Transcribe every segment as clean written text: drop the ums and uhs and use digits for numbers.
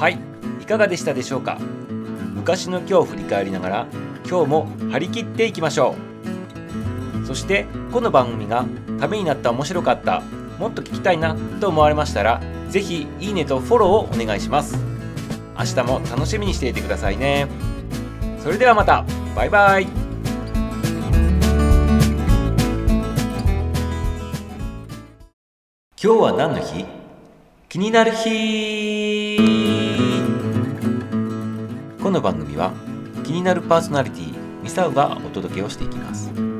はい、いかがでしたでしょうか。昔の今日を振り返りながら今日も張り切っていきましょう。そしてこの番組がためになった、面白かった、もっと聞きたいなと思われましたら、ぜひいいねとフォローをお願いします。明日も楽しみにしていてくださいね。それではまた、バイバイ。今日は何の日？気になる日。この番組は気になるパーソナリティミサウがお届けをしていきます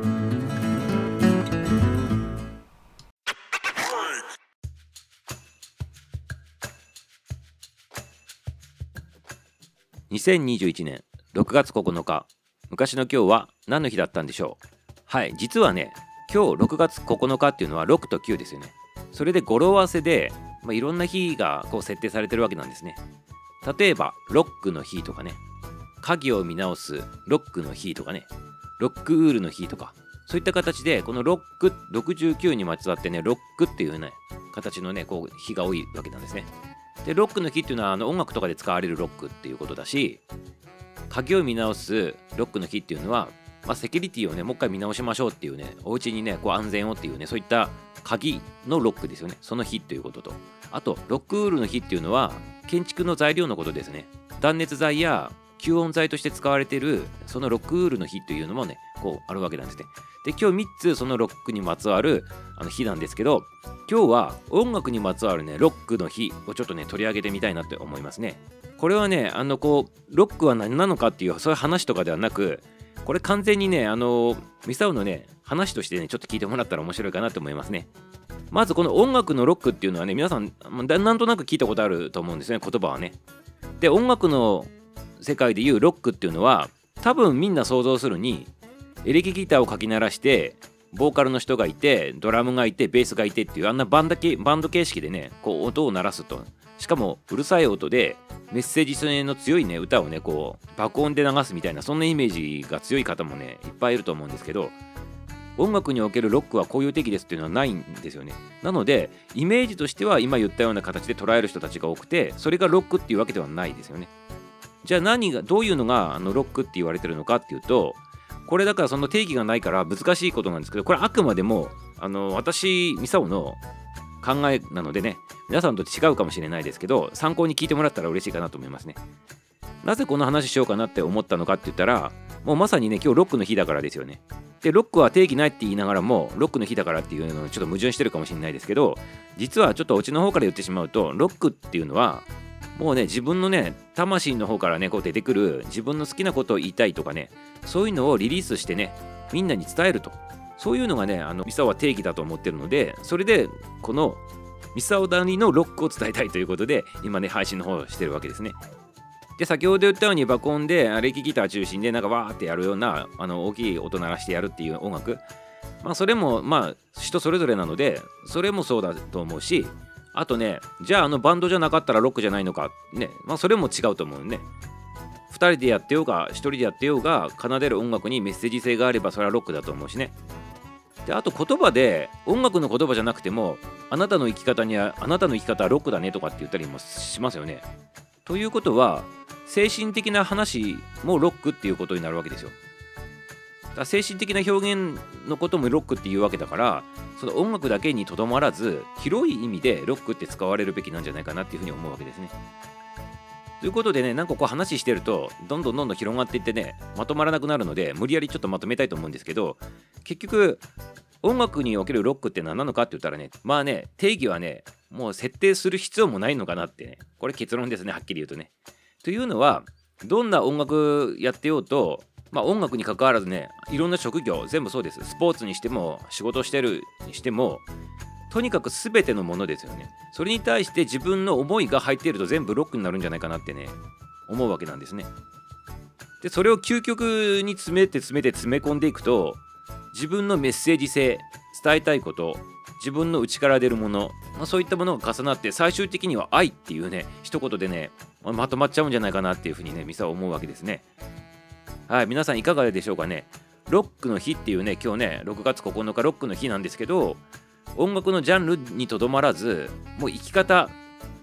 。2021年6月9日、昔の今日は何の日だったんでしょう。はい、実はね、今日6月9日っていうのは6と9ですよね。それで語呂合わせで、いろんな日がこう設定されてるわけなんですね。例えばロックの日とかね、鍵を見直すロックの日とかね、ロックウールの日とか、そういった形でこのロック69にまつわってね、ロックっていうね形のねこう日が多いわけなんですね。でロックの日っていうのは音楽とかで使われるロックっていうことだし、鍵を見直すロックの日っていうのは、セキュリティをねもう一回見直しましょうっていうね、お家にねこう安全をっていうね、そういった鍵のロックですよね、その日っていうことと、あとロックウールの日っていうのは建築の材料のことですね。断熱材や吸音材として使われているそのロックウールの日というのもねこうあるわけなんですね。で今日3つそのロックにまつわる日なんですけど、今日は音楽にまつわるねロックの日をちょっとね取り上げてみたいなって思いますね。これはねこうロックは何なのかっていうそういう話とかではなく、これ完全にねミサオのね話としてねちょっと聞いてもらったら面白いかなと思いますね。まずこの音楽のロックっていうのはね、皆さんなんとなく聞いたことあると思うんですね、言葉はね。で音楽の世界でいうロックっていうのは、多分みんな想像するにエレキギターをかき鳴らしてボーカルの人がいてドラムがいてベースがいてっていう、あんなバンド形式でねこう音を鳴らすと、しかもうるさい音でメッセージ性の強いね歌をねこう爆音で流すみたいな、そんなイメージが強い方もねいっぱいいると思うんですけど、音楽におけるロックはこういう定義ですっていうのはないんですよね。なのでイメージとしては今言ったような形で捉える人たちが多くて、それがロックっていうわけではないですよね。じゃあどういうのがロックって言われてるのかっていうと、これだからその定義がないから難しいことなんですけど、これあくまでも私ミサオの考えなのでね、皆さんと違うかもしれないですけど、参考に聞いてもらったら嬉しいかなと思いますね。なぜこの話しようかなって思ったのかって言ったら、もうまさにね今日ロックの日だからですよね。でロックは定義ないって言いながらもロックの日だからっていうのをちょっと矛盾してるかもしれないですけど、実はちょっとうちの方から言ってしまうと、ロックっていうのはもうね自分のね魂の方からねこう出てくる自分の好きなことを言いたいとかね、そういうのをリリースしてねみんなに伝えると、そういうのがねミサオは定義だと思ってるので、それでこのミサオなりのロックを伝えたいということで今ね配信の方をしてるわけですね。で先ほど言ったように爆音でエレキギター中心でなんかわーってやるような大きい音鳴らしてやるっていう音楽、それも人それぞれなのでそれもそうだと思うし、あとねじゃあバンドじゃなかったらロックじゃないのかね、それも違うと思うね。2人でやってようが1人でやってようが奏でる音楽にメッセージ性があればそれはロックだと思うしね。であと言葉で音楽の言葉じゃなくてもあなたの生き方はロックだねとかって言ったりもしますよね。ということは精神的な話もロックっていうことになるわけですよ。だから精神的な表現のこともロックっていうわけだから、その音楽だけにとどまらず広い意味でロックって使われるべきなんじゃないかなっていうふうに思うわけですね。ということでね、なんかこう話してるとどんどん広がっていってねまとまらなくなるので、無理やりちょっとまとめたいと思うんですけど、結局音楽におけるロックって何なのかって言ったらね、定義はねもう設定する必要もないのかなってね、これ結論ですね、はっきり言うとね。というのはどんな音楽やってようと、音楽に関わらずねいろんな職業全部そうです。スポーツにしても仕事してるにしても、とにかく全てのものですよね。それに対して自分の思いが入っていると全部ロックになるんじゃないかなってね思うわけなんですね。でそれを究極に詰め込んでいくと、自分のメッセージ性、伝えたいこと、自分の内から出るもの、そういったものが重なって最終的には愛っていうね一言でねまとまっちゃうんじゃないかなっていうふうにねミサは思うわけですね。はい、皆さんいかがでしょうかね。ロックの日っていうね、今日ね6月9日ロックの日なんですけど、音楽のジャンルにとどまらずもう生き方、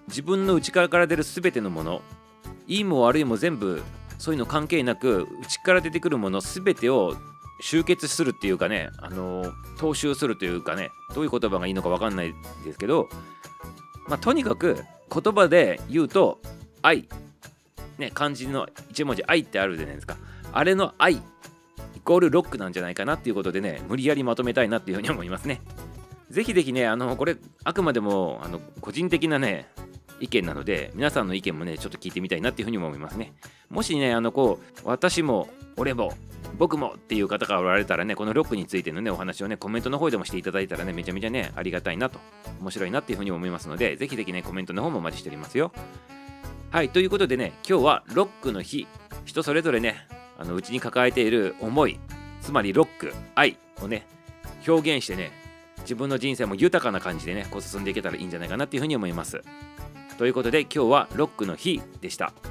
自分の内側から出る全てのもの、いいも悪いも全部そういうの関係なく内から出てくるもの全てを集結するっていうかね、踏襲するというかね、どういう言葉がいいのか分かんないですけど、とにかく言葉で言うと愛ね、漢字の一文字愛ってあるじゃないですか。あれの愛イコールロックなんじゃないかなっていうことでね、無理やりまとめたいなっていうふうに思いますね。ぜひぜひね、これあくまでも個人的なね意見なので、皆さんの意見もねちょっと聞いてみたいなっていうふうにも思いますね。もしね私も俺も僕もっていう方がおられたらね、このロックについてのねお話をねコメントの方でもしていただいたらね、めちゃめちゃねありがたいなと、面白いなっていうふうに思いますので、ぜひぜひねコメントの方もお待ちしておりますよ。はい、ということでね、今日はロックの日。人それぞれねうちに抱えている思い、つまりロック、愛をね表現してね、自分の人生も豊かな感じでね進んでいけたらいいんじゃないかなっていうふうに思います。ということで今日はロックの日でした。